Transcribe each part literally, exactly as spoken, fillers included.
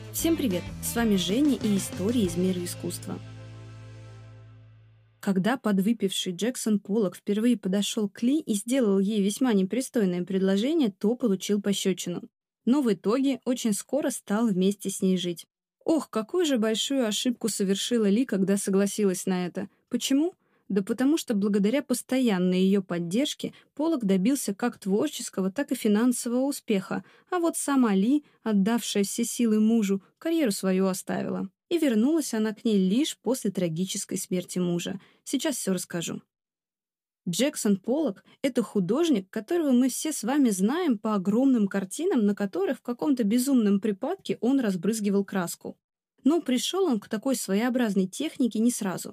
Всем привет! С вами Женя и истории из мира искусства. Когда подвыпивший Джексон Поллок впервые подошел к Ли и сделал ей весьма непристойное предложение, то получил пощечину. Но в итоге очень скоро стал вместе с ней жить. Ох, какую же большую ошибку совершила Ли, когда согласилась на это. Почему? Да потому что благодаря постоянной ее поддержке Поллок добился как творческого, так и финансового успеха, а вот сама Ли, отдавшая все силы мужу, карьеру свою оставила. И вернулась она к ней лишь после трагической смерти мужа. Сейчас все расскажу. Джексон Поллок — это художник, которого мы все с вами знаем по огромным картинам, на которых в каком-то безумном припадке он разбрызгивал краску. Но пришел он к такой своеобразной технике не сразу.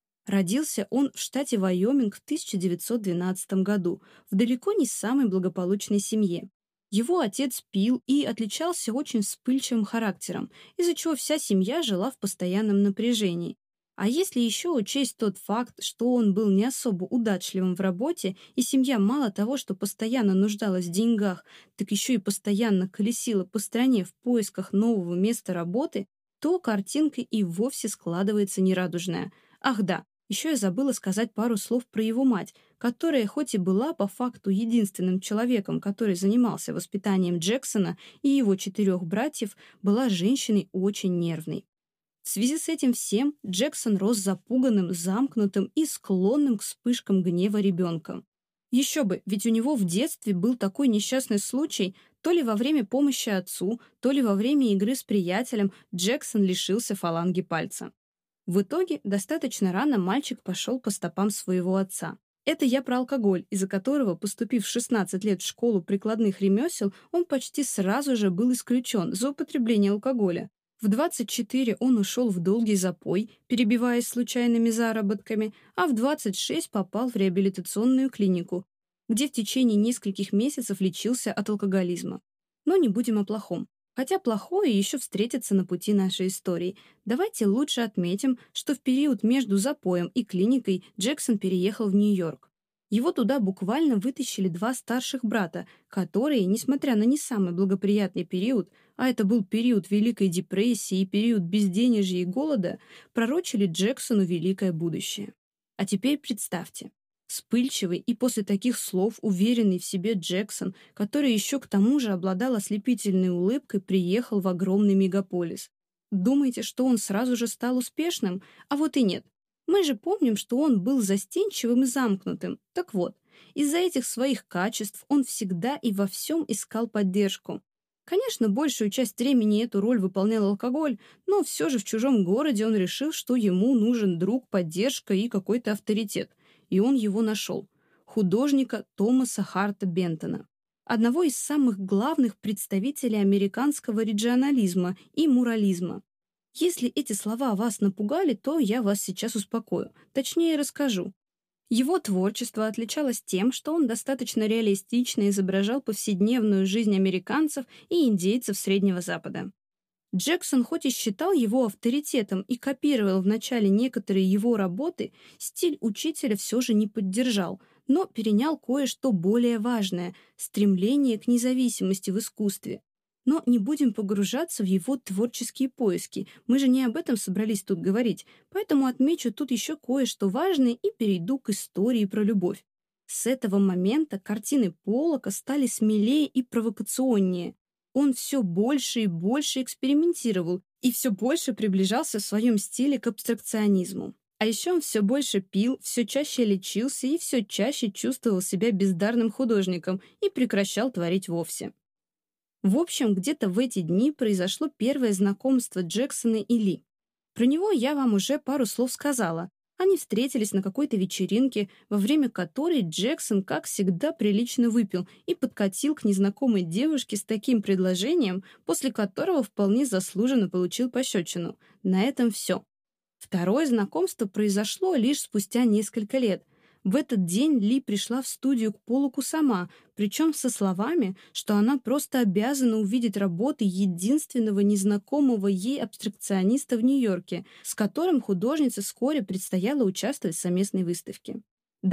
Родился он в штате Вайоминг в тысяча девятьсот двенадцатом году в далеко не самой благополучной семье. Его отец пил и отличался очень вспыльчивым характером, из-за чего вся семья жила в постоянном напряжении. А если еще учесть тот факт, что он был не особо удачливым в работе, и семья мало того, что постоянно нуждалась в деньгах, так еще и постоянно колесила по стране в поисках нового места работы, то картинка и вовсе складывается нерадужная. Ах да, еще я забыла сказать пару слов про его мать, которая хоть и была по факту единственным человеком, который занимался воспитанием Джексона и его четырех братьев, была женщиной очень нервной. В связи с этим всем Джексон рос запуганным, замкнутым и склонным к вспышкам гнева ребенком. Еще бы, ведь у него в детстве был такой несчастный случай, то ли во время помощи отцу, то ли во время игры с приятелем Джексон лишился фаланги пальца. В итоге, достаточно рано мальчик пошел по стопам своего отца. Это я про алкоголь, из-за которого, поступив в шестнадцать лет в школу прикладных ремесел, он почти сразу же был исключен за употребление алкоголя. В двадцать четыре он ушел в долгий запой, перебиваясь случайными заработками, а в двадцать шесть попал в реабилитационную клинику, где в течение нескольких месяцев лечился от алкоголизма. Но не будем о плохом. Хотя плохое еще встретится на пути нашей истории. Давайте лучше отметим, что в период между запоем и клиникой Джексон переехал в Нью-Йорк. Его туда буквально вытащили два старших брата, которые, несмотря на не самый благоприятный период, а это был период Великой депрессии и период безденежья и голода, пророчили Джексону великое будущее. А теперь представьте. Вспыльчивый и после таких слов уверенный в себе Джексон, который еще к тому же обладал ослепительной улыбкой, приехал в огромный мегаполис. Думаете, что он сразу же стал успешным? А вот и нет. Мы же помним, что он был застенчивым и замкнутым. Так вот, из-за этих своих качеств он всегда и во всем искал поддержку. Конечно, большую часть времени эту роль выполнял алкоголь, но все же в чужом городе он решил, что ему нужен друг, поддержка и какой-то авторитет. И он его нашел. Художника Томаса Харта Бентона. Одного из самых главных представителей американского регионализма и мурализма. Если эти слова вас напугали, то я вас сейчас успокою. Точнее, расскажу. Его творчество отличалось тем, что он достаточно реалистично изображал повседневную жизнь американцев и индейцев Среднего Запада. Джексон хоть и считал его авторитетом и копировал вначале некоторые его работы, стиль учителя все же не поддержал, но перенял кое-что более важное — стремление к независимости в искусстве. Но не будем погружаться в его творческие поиски, мы же не об этом собрались тут говорить, поэтому отмечу тут еще кое-что важное и перейду к истории про любовь. С этого момента картины Поллока стали смелее и провокационнее. Он все больше и больше экспериментировал и все больше приближался в своем стиле к абстракционизму. А еще он все больше пил, все чаще лечился и все чаще чувствовал себя бездарным художником и прекращал творить вовсе. В общем, где-то в эти дни произошло первое знакомство Джексона и Ли. Про него я вам уже пару слов сказала. Они встретились на какой-то вечеринке, во время которой Джексон, как всегда, прилично выпил и подкатил к незнакомой девушке с таким предложением, после которого вполне заслуженно получил пощечину. На этом все. Второе знакомство произошло лишь спустя несколько лет. В этот день Ли пришла в студию к Поллоку сама, причем со словами, что она просто обязана увидеть работы единственного незнакомого ей абстракциониста в Нью-Йорке, с которым художнице вскоре предстояло участвовать в совместной выставке. Да,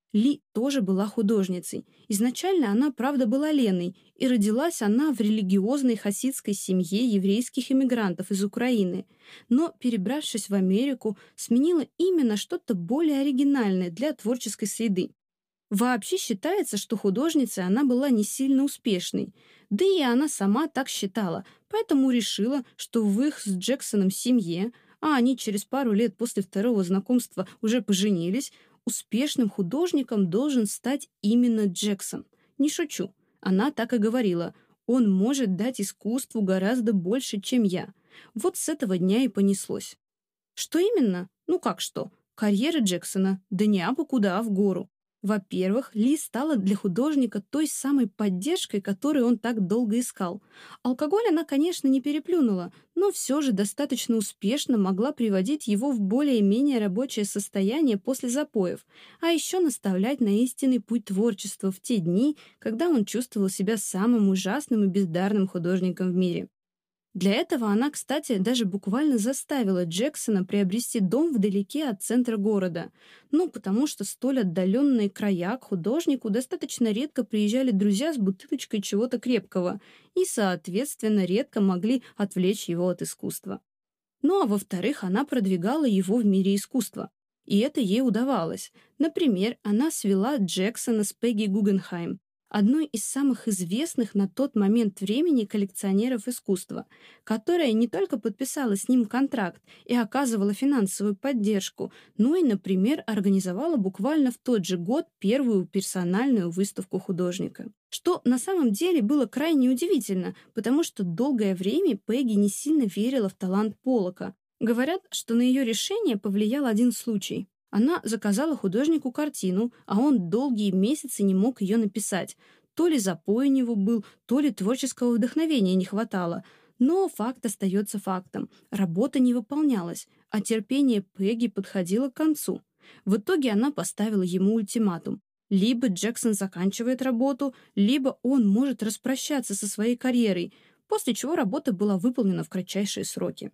Ли тоже была художницей. Изначально она, правда, была Леной, и родилась она в религиозной хасидской семье еврейских иммигрантов из Украины. Но, перебравшись в Америку, сменила имя на что-то более оригинальное для творческой среды. Вообще считается, что художницей она была не сильно успешной. Да и она сама так считала, поэтому решила, что в их с Джексоном семье, а они через пару лет после второго знакомства уже поженились, успешным художником должен стать именно Джексон. Не шучу. Она так и говорила. Он может дать искусству гораздо больше, чем я. Вот с этого дня и понеслось. Что именно? Ну как что? Карьера Джексона. Да не абы куда, а в гору. Во-первых, Ли стала для художника той самой поддержкой, которую он так долго искал. Алкоголь она, конечно, не переплюнула, но все же достаточно успешно могла приводить его в более-менее рабочее состояние после запоев, а еще наставлять на истинный путь творчества в те дни, когда он чувствовал себя самым ужасным и бездарным художником в мире. Для этого она, кстати, даже буквально заставила Джексона приобрести дом вдалеке от центра города. Ну, потому что столь отдаленные края к художнику достаточно редко приезжали друзья с бутылочкой чего-то крепкого и, соответственно, редко могли отвлечь его от искусства. Ну, а во-вторых, она продвигала его в мире искусства. И это ей удавалось. Например, она свела Джексона с Пегги Гугенхайм, одной из самых известных на тот момент времени коллекционеров искусства, которая не только подписала с ним контракт и оказывала финансовую поддержку, но и, например, организовала буквально в тот же год первую персональную выставку художника. Что на самом деле было крайне удивительно, потому что долгое время Пегги не сильно верила в талант Поллока. Говорят, что на ее решение повлиял один случай. Она заказала художнику картину, а он долгие месяцы не мог ее написать. То ли запой у него был, то ли творческого вдохновения не хватало. Но факт остается фактом. Работа не выполнялась, а терпение Пегги подходило к концу. В итоге она поставила ему ультиматум. Либо Джексон заканчивает работу, либо он может распрощаться со своей карьерой, после чего работа была выполнена в кратчайшие сроки.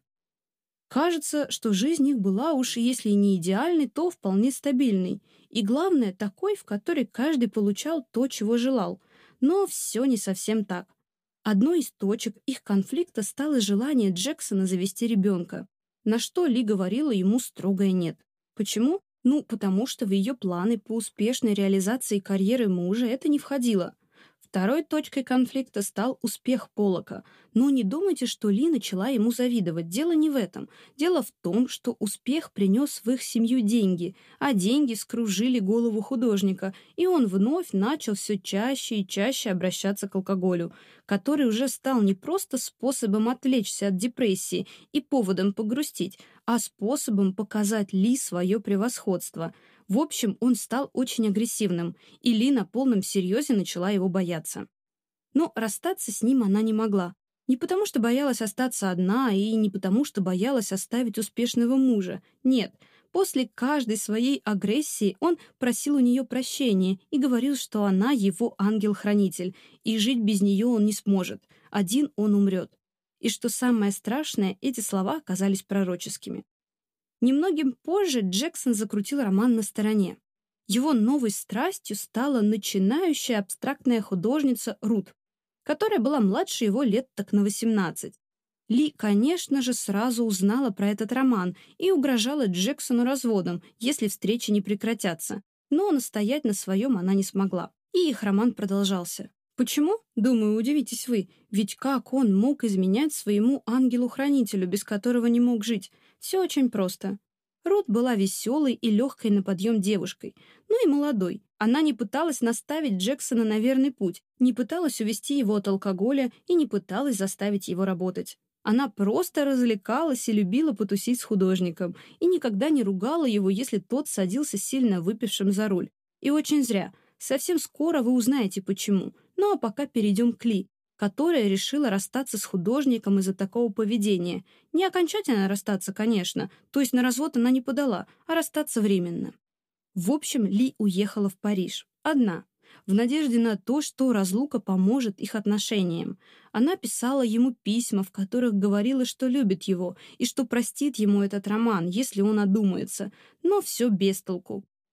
Кажется, что жизнь их была уж, если и не идеальной, то вполне стабильной. И главное, такой, в которой каждый получал то, чего желал. Но все не совсем так. Одной из точек их конфликта стало желание Джексона завести ребенка, на что Ли говорила ему строгое «нет». Почему? Ну, потому что в ее планы по успешной реализации карьеры мужа это не входило. Второй точкой конфликта стал успех Поллока. Но не думайте, что Ли начала ему завидовать. Дело не в этом. Дело в том, что успех принес в их семью деньги, а деньги скружили голову художника, и он вновь начал все чаще и чаще обращаться к алкоголю, который уже стал не просто способом отвлечься от депрессии и поводом погрустить, а способом показать Ли свое превосходство. В общем, он стал очень агрессивным, и Ли на полном серьезе начала его бояться. Но расстаться с ним она не могла. Не потому, что боялась остаться одна, и не потому, что боялась оставить успешного мужа. Нет, после каждой своей агрессии он просил у нее прощения и говорил, что она его ангел-хранитель, и жить без нее он не сможет. Один он умрет. И что самое страшное, эти слова оказались пророческими. Немногим позже Джексон закрутил роман на стороне. Его новой страстью стала начинающая абстрактная художница Рут, которая была младше его лет так на восемнадцать. Ли, конечно же, сразу узнала про этот роман и угрожала Джексону разводом, если встречи не прекратятся. Но настоять на своем она не смогла. И их роман продолжался. Почему? Думаю, удивитесь вы. Ведь как он мог изменять своему ангелу-хранителю, без которого не мог жить? Все очень просто. Рут была веселой и легкой на подъем девушкой, ну и молодой. Она не пыталась наставить Джексона на верный путь, не пыталась увести его от алкоголя и не пыталась заставить его работать. Она просто развлекалась и любила потусить с художником, и никогда не ругала его, если тот садился сильно выпившим за руль. И очень зря. Совсем скоро вы узнаете, почему. Ну а пока перейдем к Ли, которая решила расстаться с художником из-за такого поведения. Не окончательно расстаться, конечно, то есть на развод она не подала, а расстаться временно. В общем, Ли уехала в Париж. Одна. В надежде на то, что разлука поможет их отношениям. Она писала ему письма, в которых говорила, что любит его и что простит ему этот роман, если он одумается. Но все без толку.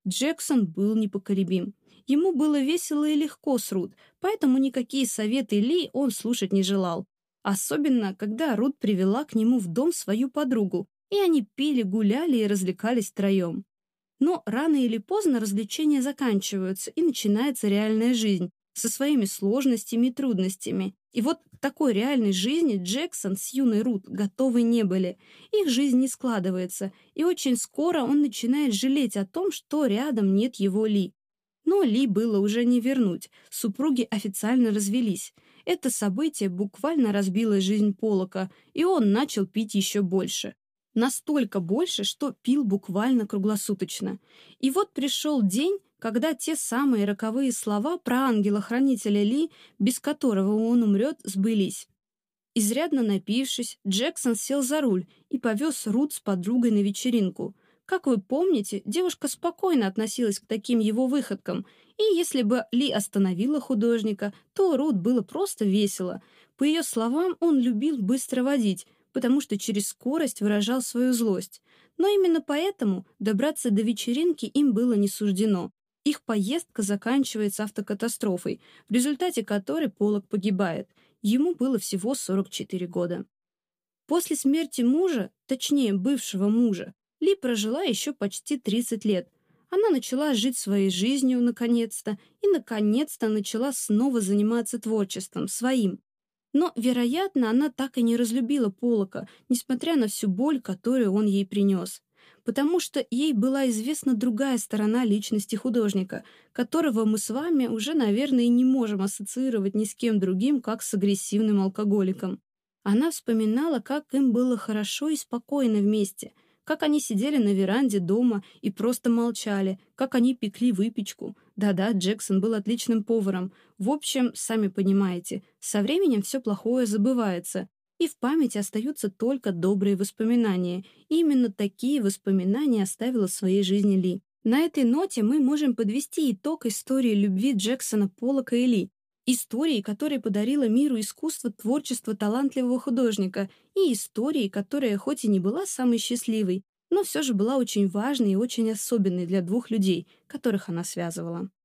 Джексон был непоколебим. Ему было весело и легко с Рут, поэтому никакие советы Ли он слушать не желал. Особенно, когда Рут привела к нему в дом свою подругу, и они пили, гуляли и развлекались втроем. Но рано или поздно развлечения заканчиваются, и начинается реальная жизнь со своими сложностями и трудностями. И вот к такой реальной жизни Джексон с юной Рут готовы не были. Их жизнь не складывается, и очень скоро он начинает жалеть о том, что рядом нет его Ли. Но Ли было уже не вернуть, супруги официально развелись. Это событие буквально разбило жизнь Поллока, и он начал пить еще больше. Настолько больше, что пил буквально круглосуточно. И вот пришел день, когда те самые роковые слова про ангела-хранителя Ли, без которого он умрет, сбылись. Изрядно напившись, Джексон сел за руль и повез Рут с подругой на вечеринку. Как вы помните, девушка спокойно относилась к таким его выходкам, и если бы Ли остановила художника, то Рут было просто весело. По ее словам, он любил быстро водить, потому что через скорость выражал свою злость. Но именно поэтому добраться до вечеринки им было не суждено. Их поездка заканчивается автокатастрофой, в результате которой Поллок погибает. Ему было всего сорок четыре года. После смерти мужа, точнее бывшего мужа, Ли прожила еще почти тридцать лет. Она начала жить своей жизнью наконец-то и наконец-то начала снова заниматься творчеством, своим. Но, вероятно, она так и не разлюбила Поллока, несмотря на всю боль, которую он ей принес. Потому что ей была известна другая сторона личности художника, которого мы с вами уже, наверное, и не можем ассоциировать ни с кем другим, как с агрессивным алкоголиком. Она вспоминала, как им было хорошо и спокойно вместе, как они сидели на веранде дома и просто молчали, как они пекли выпечку. Да-да, Джексон был отличным поваром. В общем, сами понимаете, со временем все плохое забывается, и в памяти остаются только добрые воспоминания. И именно такие воспоминания оставила в своей жизни Ли. На этой ноте мы можем подвести итог истории любви Джексона, Поллока и Ли. Истории, которая подарила миру искусство творчества талантливого художника, и истории, которая хоть и не была самой счастливой, но все же была очень важной и очень особенной для двух людей, которых она связывала.